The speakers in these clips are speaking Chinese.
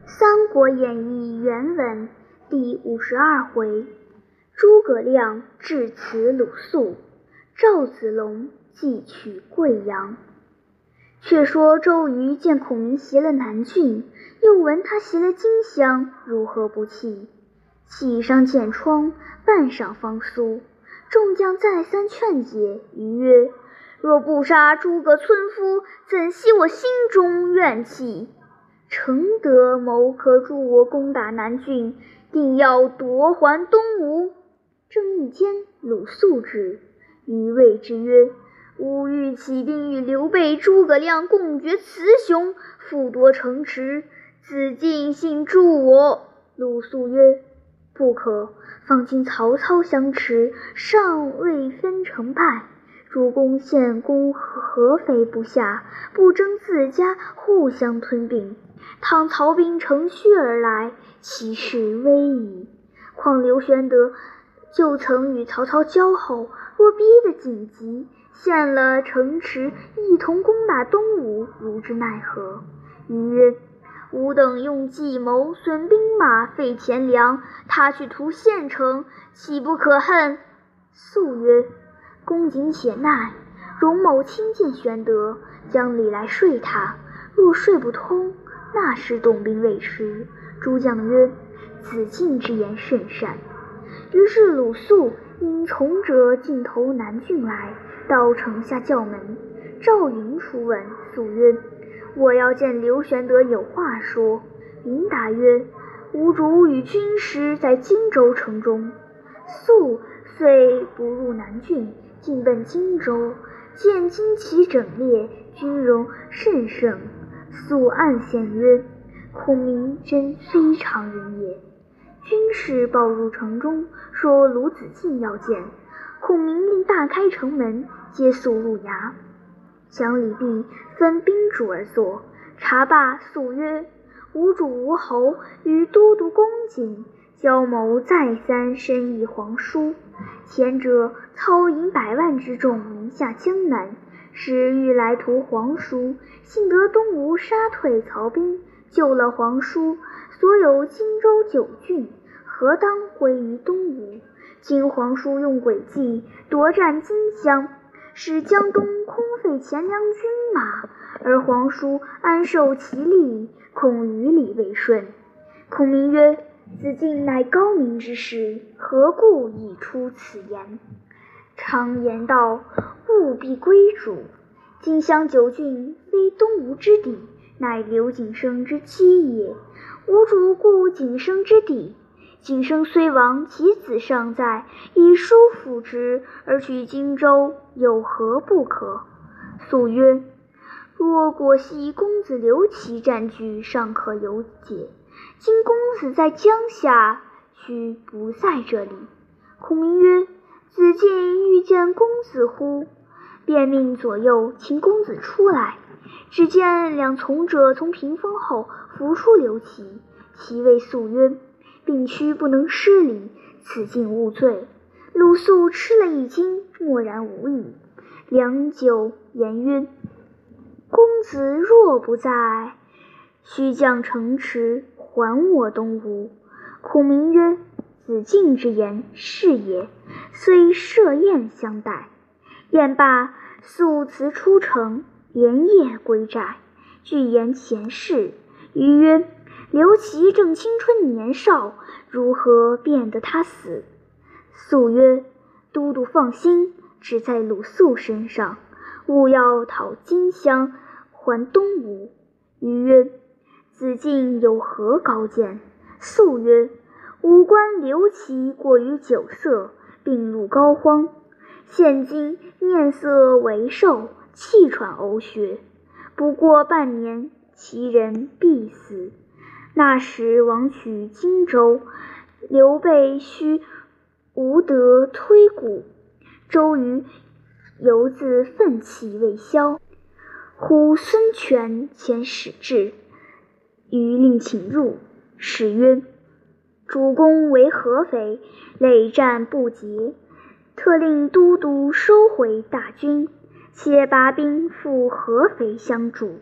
三国演义》原文第52回：诸葛亮致辞鲁肃，赵子龙寄取贵阳。却说周瑜见孔明袭了南郡，又闻他袭了荆襄，如何不气？气伤箭疮，半晌方苏。众将再三劝解，瑜曰：若不杀诸葛村夫，怎息我心中怨气？诚得谋可助我攻打南郡，定要夺还东吴。正义间，鲁肃至，瑜谓之曰：吾欲起兵与刘备、诸葛亮共决雌雄，复夺城池，子敬信助我。鲁肃曰：不可，方今曹操相持，尚未分成败。主公现攻合肥不下，不争自家，互相吞并。倘曹兵乘虚而来，其势危矣。况刘玄德就曾与曹操交好，若逼得紧急，陷了城池，一同攻打东吴，如之奈何？瑜曰：吾等用计谋，损兵马，费钱粮，他去图县城，岂不可恨？肃曰：公瑾且耐，容某亲见玄德，将礼来说他。若说不通，那时动兵未迟。诸将曰：子敬之言甚善。于是鲁肃引从者进投南郡来，到城下叫门。赵云出问，肃曰：我要见刘玄德，有话说。云答曰：吾主与军师在荆州城中。肃遂不入南郡，进奔荆州，见旌旗整列，军容甚盛。肃暗羡曰：孔明真非常人也。军士报入城中，说鲁子敬要见。孔明令大开城门，接肃入衙。将礼毕，分宾主而坐。茶罢，肃曰：吾主吴侯与都督公瑾交谋，再三深议皇叔。前者操引100万之众，名下江南，时欲来屠皇叔，幸得东吴杀退曹兵，救了皇叔，所有荆州9郡，何当归于东吴？今皇叔用诡计夺占荆襄，使江东空费钱粮军马，而皇叔安受其利，恐于理未顺。孔明曰：子敬乃高明之士，何故已出此言？常言道，务必归主。荆襄9郡非东吴之地，乃刘景升之基也。吾主故景升之地，景升虽亡，其子尚在，以叔辅之，而取荆州，有何不可？肃曰：若果系公子刘琦占据，尚可有解。今公子在江夏，须不在这里。孔明曰：子敬欲见公子乎？便命左右请公子出来。只见两从者从屏风后扶出刘琦，其谓肃曰：并区不能失礼，此敬勿罪。鲁肃吃了一惊，默然无语。良久，言曰：公子若不在，须将城池还我东吴。孔明曰：子敬之言是也，遂设宴相待。宴罢，肃辞出城，连夜归寨，具言前事。瑜曰：刘琦正青春年少，如何变得他死？肃曰：都督放心，只在鲁肃身上，务要讨荆襄，还东吴。瑜曰：子敬有何高见？肃曰：吾观刘琦过于酒色，病入膏肓，现今面色为寿，气喘呕血，不过半年，其人必死。那时王取荆州，刘备须无得推鼓，周瑜犹自愤气未消。忽孙权遣使至，瑜令请入。使曰：主公为合肥，累战不捷，特令都督收回大军，且拔兵赴合肥相助，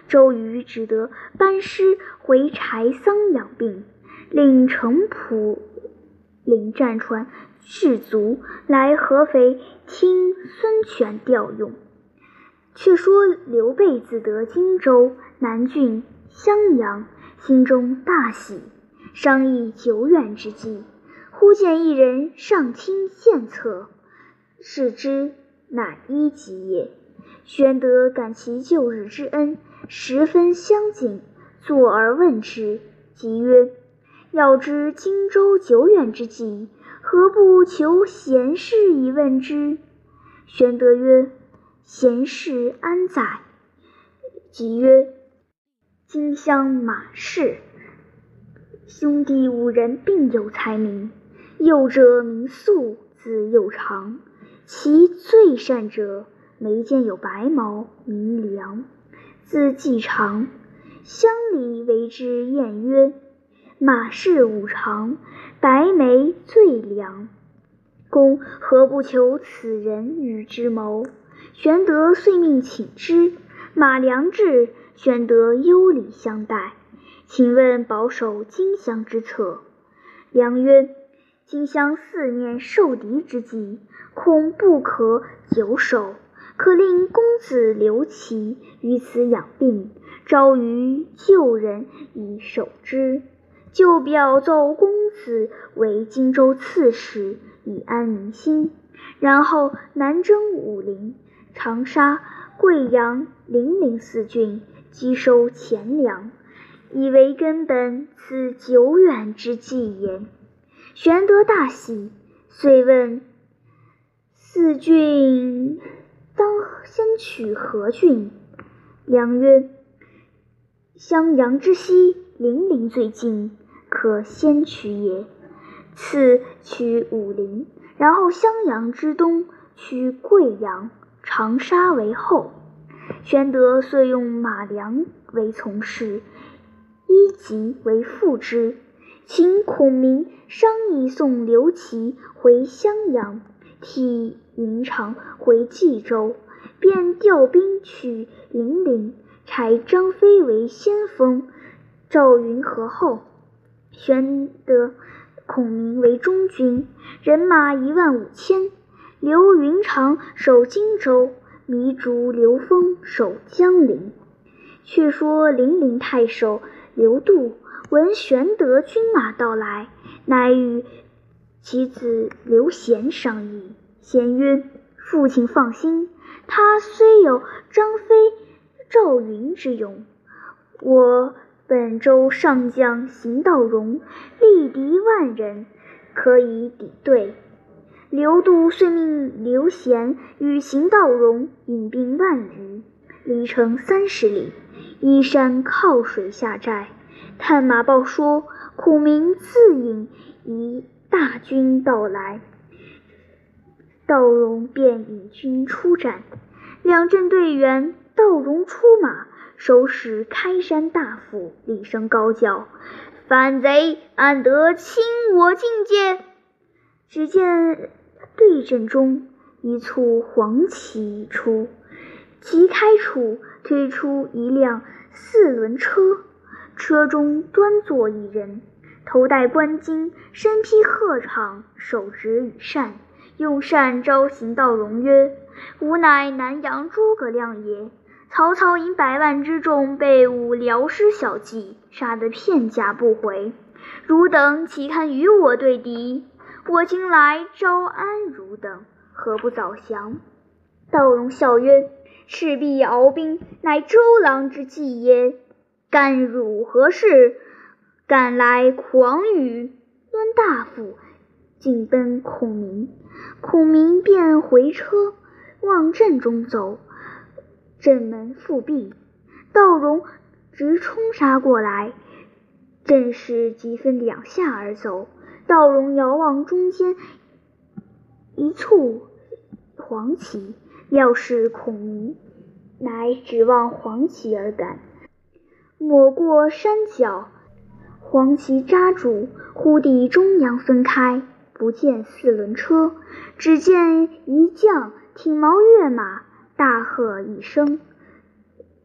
周瑜只得班师回柴桑养病，令程普领战船士卒来合肥听孙权调用。却说刘备自得荆州、南郡、襄阳，心中大喜，商议久远之计。忽见一人上厅献策，视之，乃一己也。玄德感其旧日之恩，十分相敬，坐而问之，即曰：要知荆州久远之计，何不求贤士以问之？玄德曰：贤士安在？即曰：荆襄马氏兄弟5人，并有才名。幼者名肃，字幼长，其最善者眉间有白毛，名良，字季常。乡里为之艳曰：马氏5长，白眉最良。公何不求此人与之谋？玄德遂命请之。马良至，玄德优礼相待，请问保守荆襄之策。良曰：荆襄4年受敌之计，恐不可久守，可令公子刘琦于此养病，召于旧人以守之。就表奏公子为荆州刺史，以安民心。然后南征武陵、长沙、贵阳、零陵4郡，积收钱粮，以为根本，此久远之计也。玄德大喜，遂问4郡当先取何郡？良曰：襄阳之西，零陵最近，可先取也。次取武陵，然后襄阳之东取贵阳、长沙为后。玄德遂用马良为从事，一级为副之，请孔明商议送刘琦回襄阳，替云长回冀州，便调兵去零陵，差张飞为先锋，赵云和后。玄德、孔明为中军，人马15000，留云长守荆州，糜竺、刘封守江陵。却说零陵太守刘度闻玄德军马到来，乃与其子刘贤商议。贤曰：父亲放心，他虽有张飞、赵云之勇，我本州上将邢道荣力敌万人，可以抵对。刘度遂命刘贤与邢道荣引兵万余，离城30里，依山靠水下寨。探马报说，孔明自引一大军到来，道荣便引军出战。两阵队员，道荣出马，手使开山大斧，厉声高叫：反贼安得侵我境界！只见对阵中一簇黄旗出，旗开处推出一辆4轮车，车中端坐一人，头戴冠巾，身披鹤氅，手执羽扇，用扇招邢道荣曰：吾乃南阳诸葛亮也。曹操引100万之众被吾辽师小计，杀得片甲不回，汝等岂堪与我对敌？我今来招安汝等，何不早降？道荣笑曰：赤壁鏖兵，乃周郎之计也。干汝何事？赶来狂语，抡大斧进奔孔明。孔明便回车往阵中走，阵门复闭，道荣直冲杀过来，阵势即分2下而走。道荣遥望中间一簇黄旗，料是孔明，乃指望黄旗而赶。抹过山脚，黄旗扎住，忽地中央分开，不见4轮车，只见一将挺矛跃马，大喝一声，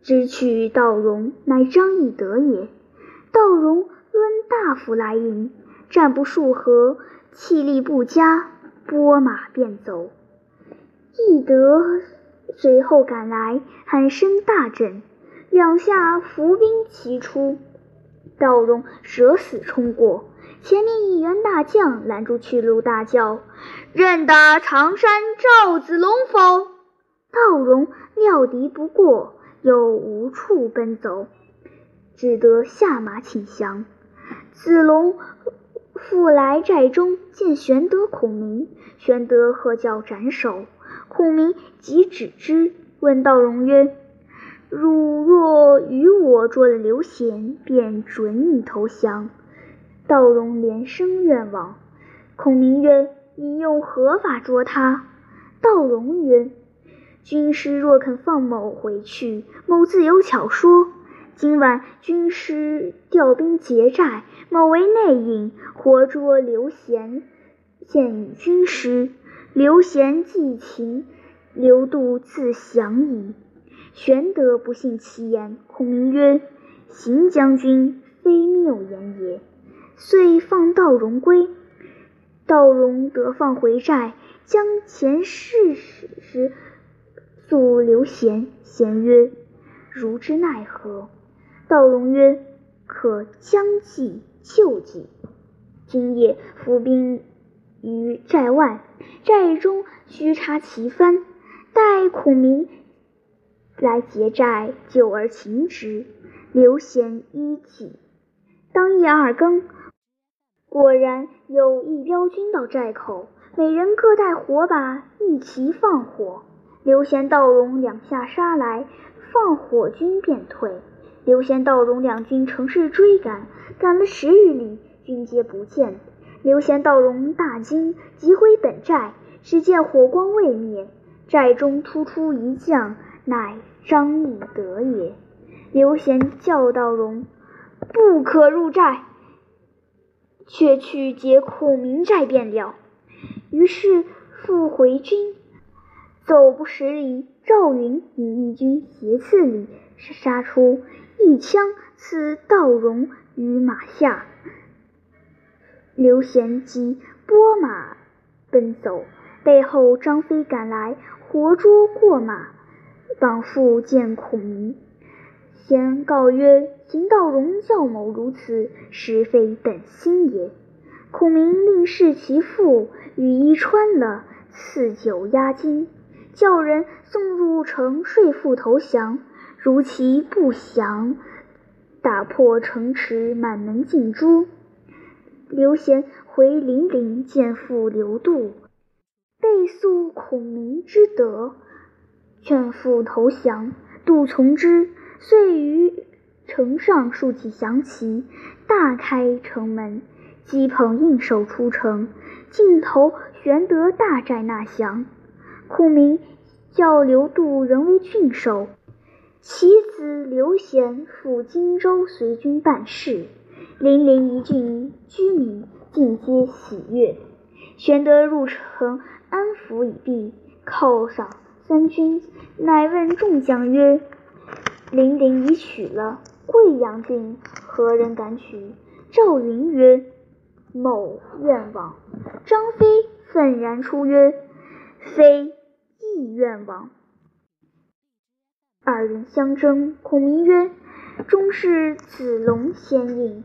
知取道容，乃张翼德也。道容论大夫来迎，战不数合，气力不佳，拨马便走。翼德随后赶来，喊声大震，两下伏兵齐出。道容舍死冲过，前面一员大将拦住去路，大叫：“认得常山赵子龙否？”道容料敌不过，又无处奔走，只得下马请降。子龙复来寨中，见玄德、孔明，玄德喝叫斩首。孔明即止之，问道容曰：“汝若与我捉了刘贤，便准你投降。”道容连声愿往。孔明曰：“你用何法捉他？”道容曰：“军师若肯放某回去，某自有巧说。今晚军师调兵劫寨，某为内应，活捉刘贤，献与军师。刘贤既擒，刘度自降矣。”玄德不信其言。孔明曰：“行将军非谬言也。”遂放道容归。道容得放回寨，将前事时诉刘贤。贤曰：“如之奈何？”道容曰：“可将计就计。”今夜伏兵于寨外，寨中须插旗幡，待孔明来劫寨，救而擒之。刘贤依计。当夜2更，果然有一彪军到寨口，每人各带火把，一齐放火。刘贤、道容两下杀来，放火军便退。刘贤、道容两军乘势追赶，赶了10余里，军皆不见。刘贤、道容大惊，急回本寨，只见火光未灭，寨中突出一将，乃张翼德也。刘贤叫道容：“不可入寨，却去劫孔明寨便了。”于是复回军，走不10里，赵云引义军斜刺里杀出，一枪刺道容于马下。刘贤即拨马奔走，背后张飞赶来，活捉过马，绑缚见孔明。贤告曰：“邢道容教某如此，实非本心也。”孔明令视其父，羽衣穿了，赐酒压惊，叫人送入城说服投降。如其不降，打破城池，满门尽诛。刘贤回零陵见父刘度，备诉孔明之德，劝父投降。度从之，遂于城上竖起降旗，大开城门，击捧应手出城，尽投玄德大寨纳降。孔明叫刘度仍为郡守，其子刘贤赴荆州随军办事。零陵一郡居民尽皆喜悦。玄德入城安抚已毕，犒赏3军，乃问众将曰：“零陵已取了，贵阳郡何人敢取？”赵云曰：“某愿往。”张飞愤然出曰：“非亦愿往。”2人相争。孔明曰：“终是子龙先应，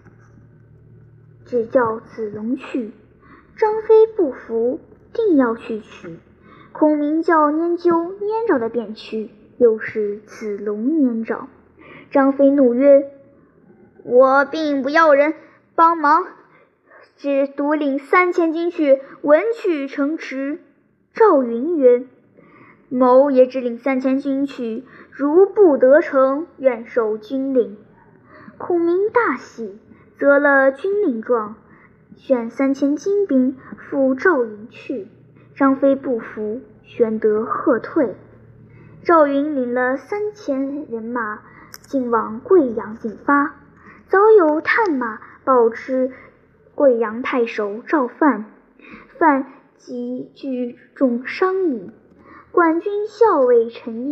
只叫子龙去。”张飞不服，定要去取。孔明叫拈阄，拈着的便去，又是子龙拈着。张飞怒曰：“我并不要人帮忙，只独领3000军去，文取城池。”赵云曰：“某也只领3000军去，如不得城，愿受军令。”孔明大喜，择了军令状，选3000精兵赴赵云去。张飞不服，玄德喝退。赵云领了3000人马，进往贵阳进发。早有探马报知贵阳太守赵范，范即聚众商议。管军校尉陈应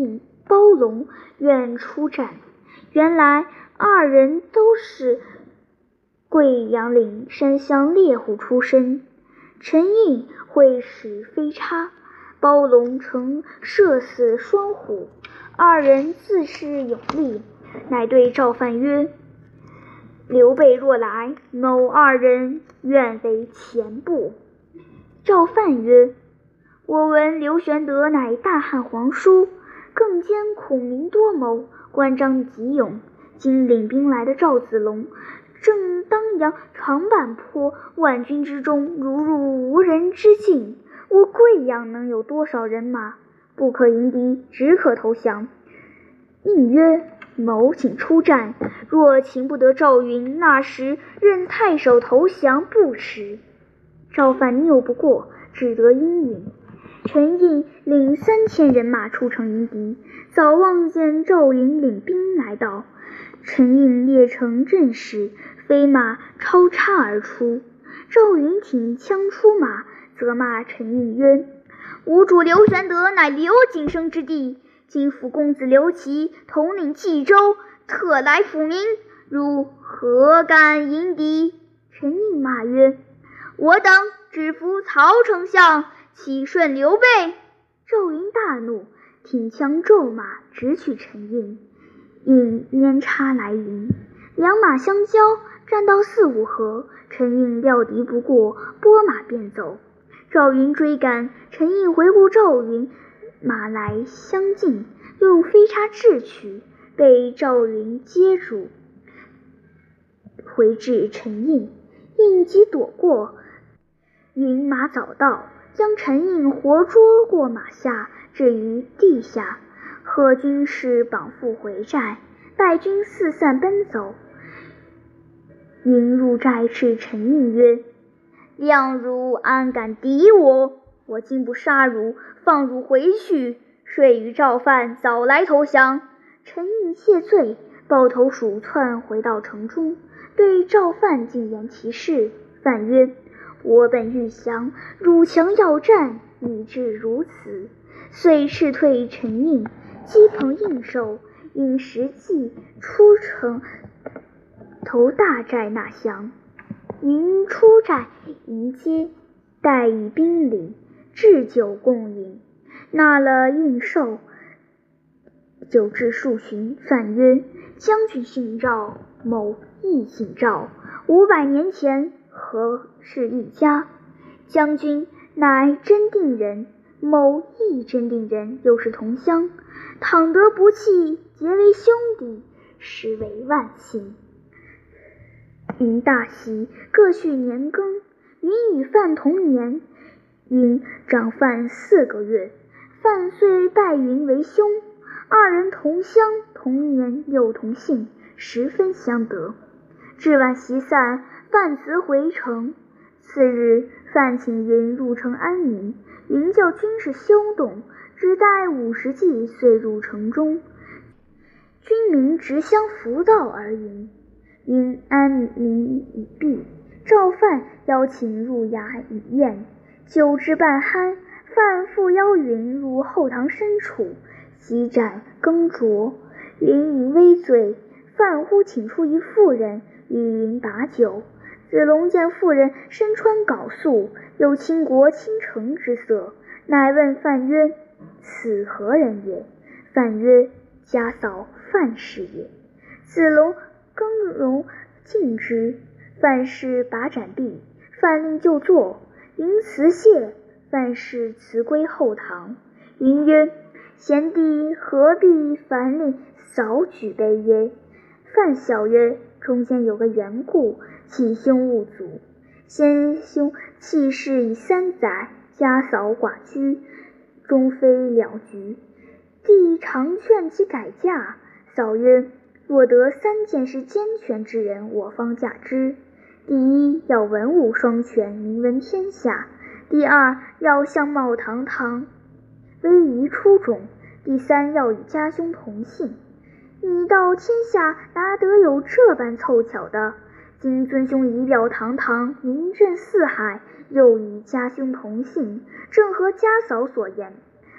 包龙愿出战。原来二人都是贵阳岭山乡猎户出身。陈印会使飞叉，包龙曾射死双虎，二人自恃勇力，乃对赵范曰：刘备若来，某二人愿为前部。赵范曰：我闻刘玄德乃大汉皇叔，更兼苦名多谋，关张极勇。今领兵来的赵子龙，正当阳长坂坡，万军之中，如入无人之境。我贵阳能有多少人马？不可迎敌，只可投降。应曰：某请出战，若擒不得赵云，那时任太守投降不迟。赵范拗不过，只得应允。陈印领3000人马出城迎敌，早望见赵云领兵来到，陈印列成阵势，飞马超插而出。赵云挺枪出马，责骂陈印曰：吾主刘玄德乃刘景升之弟，今辅公子刘琦统领冀州，特来抚民，汝何敢迎敌？陈印骂曰：我等只服曹丞相，岂顺刘备？赵云大怒，挺枪骤马，直取陈印。印拈插来迎，两马相交，战到4、5合，陈印料敌不过，拨马便走。赵云追赶，陈印回顾赵云马来相近，用飞叉智取，被赵云接住，回至陈印，印急躲过，云马早到，将陈印活捉过马下，置于地下。贺军士绑缚回寨，败军四散奔走。云入寨斥陈印曰：谅汝安敢敌我？我今不杀汝，放汝回去，遂与赵范早来投降。陈印谢罪，抱头鼠窜回到城中，对赵范进言其事。范曰：我本欲降，汝强要战，以致如此。遂斥退陈印，击捧印绶，引实际出城投大寨纳降。云出寨迎接，待以宾礼，置酒共饮，纳了印绶，酒至数巡。范曰：将军姓赵，某亦姓赵，500年前何氏一家？将军乃真定人，某亦真定人，又是同乡，倘得不弃，结为兄弟，实为万幸。云大喜，各叙年庚。云与范同年，云长范4个月，范遂拜云为兄。二人同乡，同年又同姓，十分相得。至晚席散，范辞回城。次日，范请云入城安宁，云叫军士休动，只待50骑遂入城中，军民直相扶道而迎。云安宁已毕，赵范邀请入衙以宴，酒至半酣，范复邀云入后堂深处，席盏羹酌。云饮微醉，范忽请出一妇人与云把酒。子龙见妇人身穿缟素，有倾国倾城之色，乃问范曰：此何人也？范曰：家嫂范氏也。子龙更容敬之。范氏把盏毕，范令就坐，云辞谢，范氏辞归后堂。云曰：贤弟何必烦令早举杯耶？范笑曰：中间有个缘故，弃兄勿阻。先兄弃世已3载，家嫂寡居，终非了局。弟常劝其改嫁。嫂曰：若得3件事兼全之人，我方嫁之。第一，要文武双全，名闻天下；第二，要相貌堂堂，威仪出众；第三，要与家兄同姓。你道天下哪得有这般凑巧的？今尊兄仪表堂堂，名震四海，又与家兄同姓，正合家嫂所言。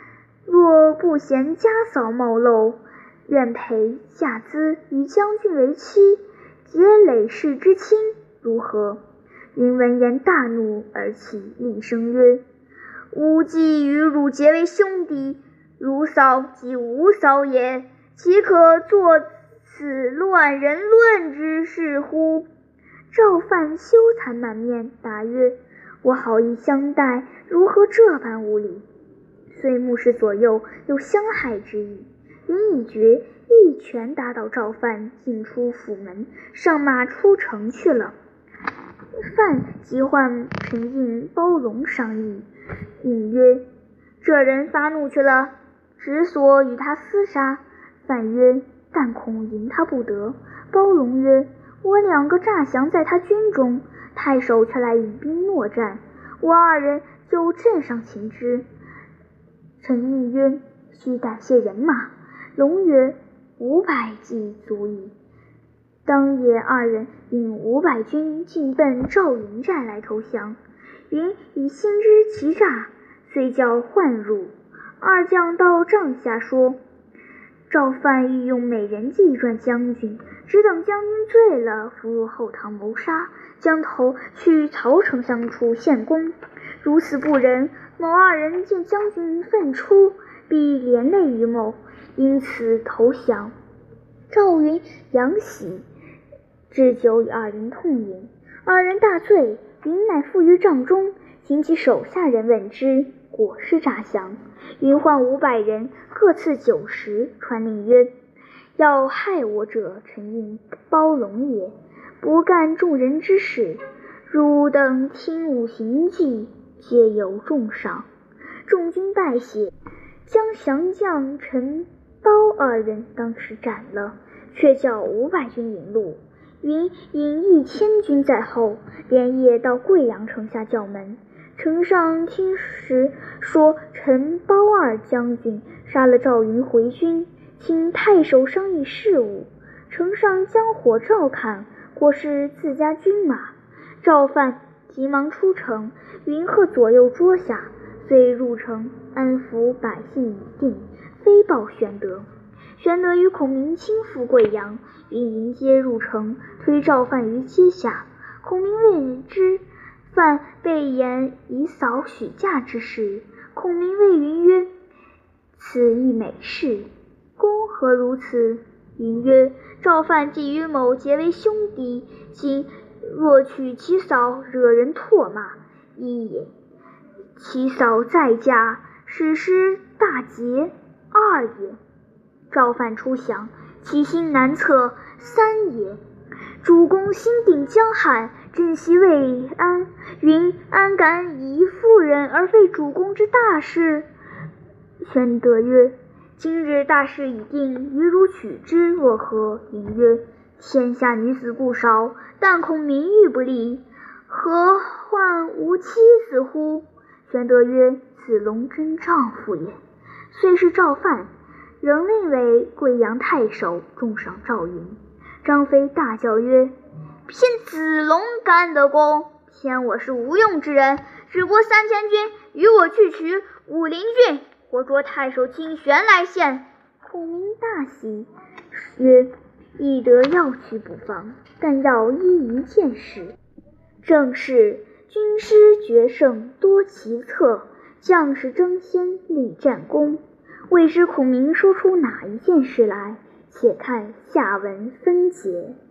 若不嫌家嫂冒漏，愿陪下资与将军为妻，结累世之亲，如何？”云闻言大怒而起，厉声曰：“吾既与汝结为兄弟，汝嫂即吾嫂也，岂可作此乱人伦之事乎？”赵范羞惭满面，答曰：“我好意相待，如何这般无礼？”遂目视左右，有相害之意。云已决，一拳打倒赵范，进出府门，上马出城去了。范即唤陈印、包龙商议，印曰：“这人发怒去了，只所与他厮杀。”范曰：“但恐赢他不得。”包龙曰：“我两个诈降在他军中，太守却来引兵搦战，我二人就镇上擒之。”陈印曰：“须带些人马。”龙曰：“500骑足矣。”当夜二人引500军进奔赵云寨来投降。云以心知其诈，遂叫唤入。二将到帐下说：“赵范欲用美人计赚将军，只等将军醉了，伏入后堂谋杀，将头去曹丞相处献功。如此不仁，某二人见将军愤出，必连累于某，因此投降。”赵云仰喜，置酒与二人痛饮，二人大醉，云乃附于帐中，请其手下人问之，果是诈降。云唤500人，各赐酒食，传令曰：“要害我者，陈印、包龙也，不干众人之事。汝等听吾行计，皆有重赏。”众军拜谢，将降将陈、包二人当时斩了，却叫500军引路。云引1000军在后，连夜到贵阳城下叫门。城上听时说陈、包二将军杀了赵云回军，请太守商议事务。城上将火照看，果是自家军马。赵范急忙出城，云贺左右捉下，遂入城安抚百姓已定，飞报玄德。玄德与孔明亲赴贵阳，云迎接入城，推赵范于阶下。孔明未知范被言以扫许驾之事，孔明谓云曰：“此亦美事，公何如此？”云曰：“赵范既与某结为兄弟，今若娶其嫂，惹人唾骂，一也；其嫂再嫁，使失大节，二也；赵范出降，其心难测，三也。主公心定江汉，珍惜未安，云安敢以妇人而废主公之大事？”玄德曰：“今日大事已定，与汝取之，若何？”云曰：“天下女子不少，但恐名誉不立，何患无妻子乎？”玄德曰：“子龙真丈夫也。”遂是赵范，仍令为贵阳太守，重赏赵云。张飞大叫曰：“偏子龙干得功，偏我是无用之人，只拨3000军与我去取武陵郡，或捉太守清玄来献。”孔明大喜，曰：“亦得要取不妨，但要依一件事。正是军师决胜多奇策，将士争先立战功。”未知孔明说出哪一件事来，且看下文分解。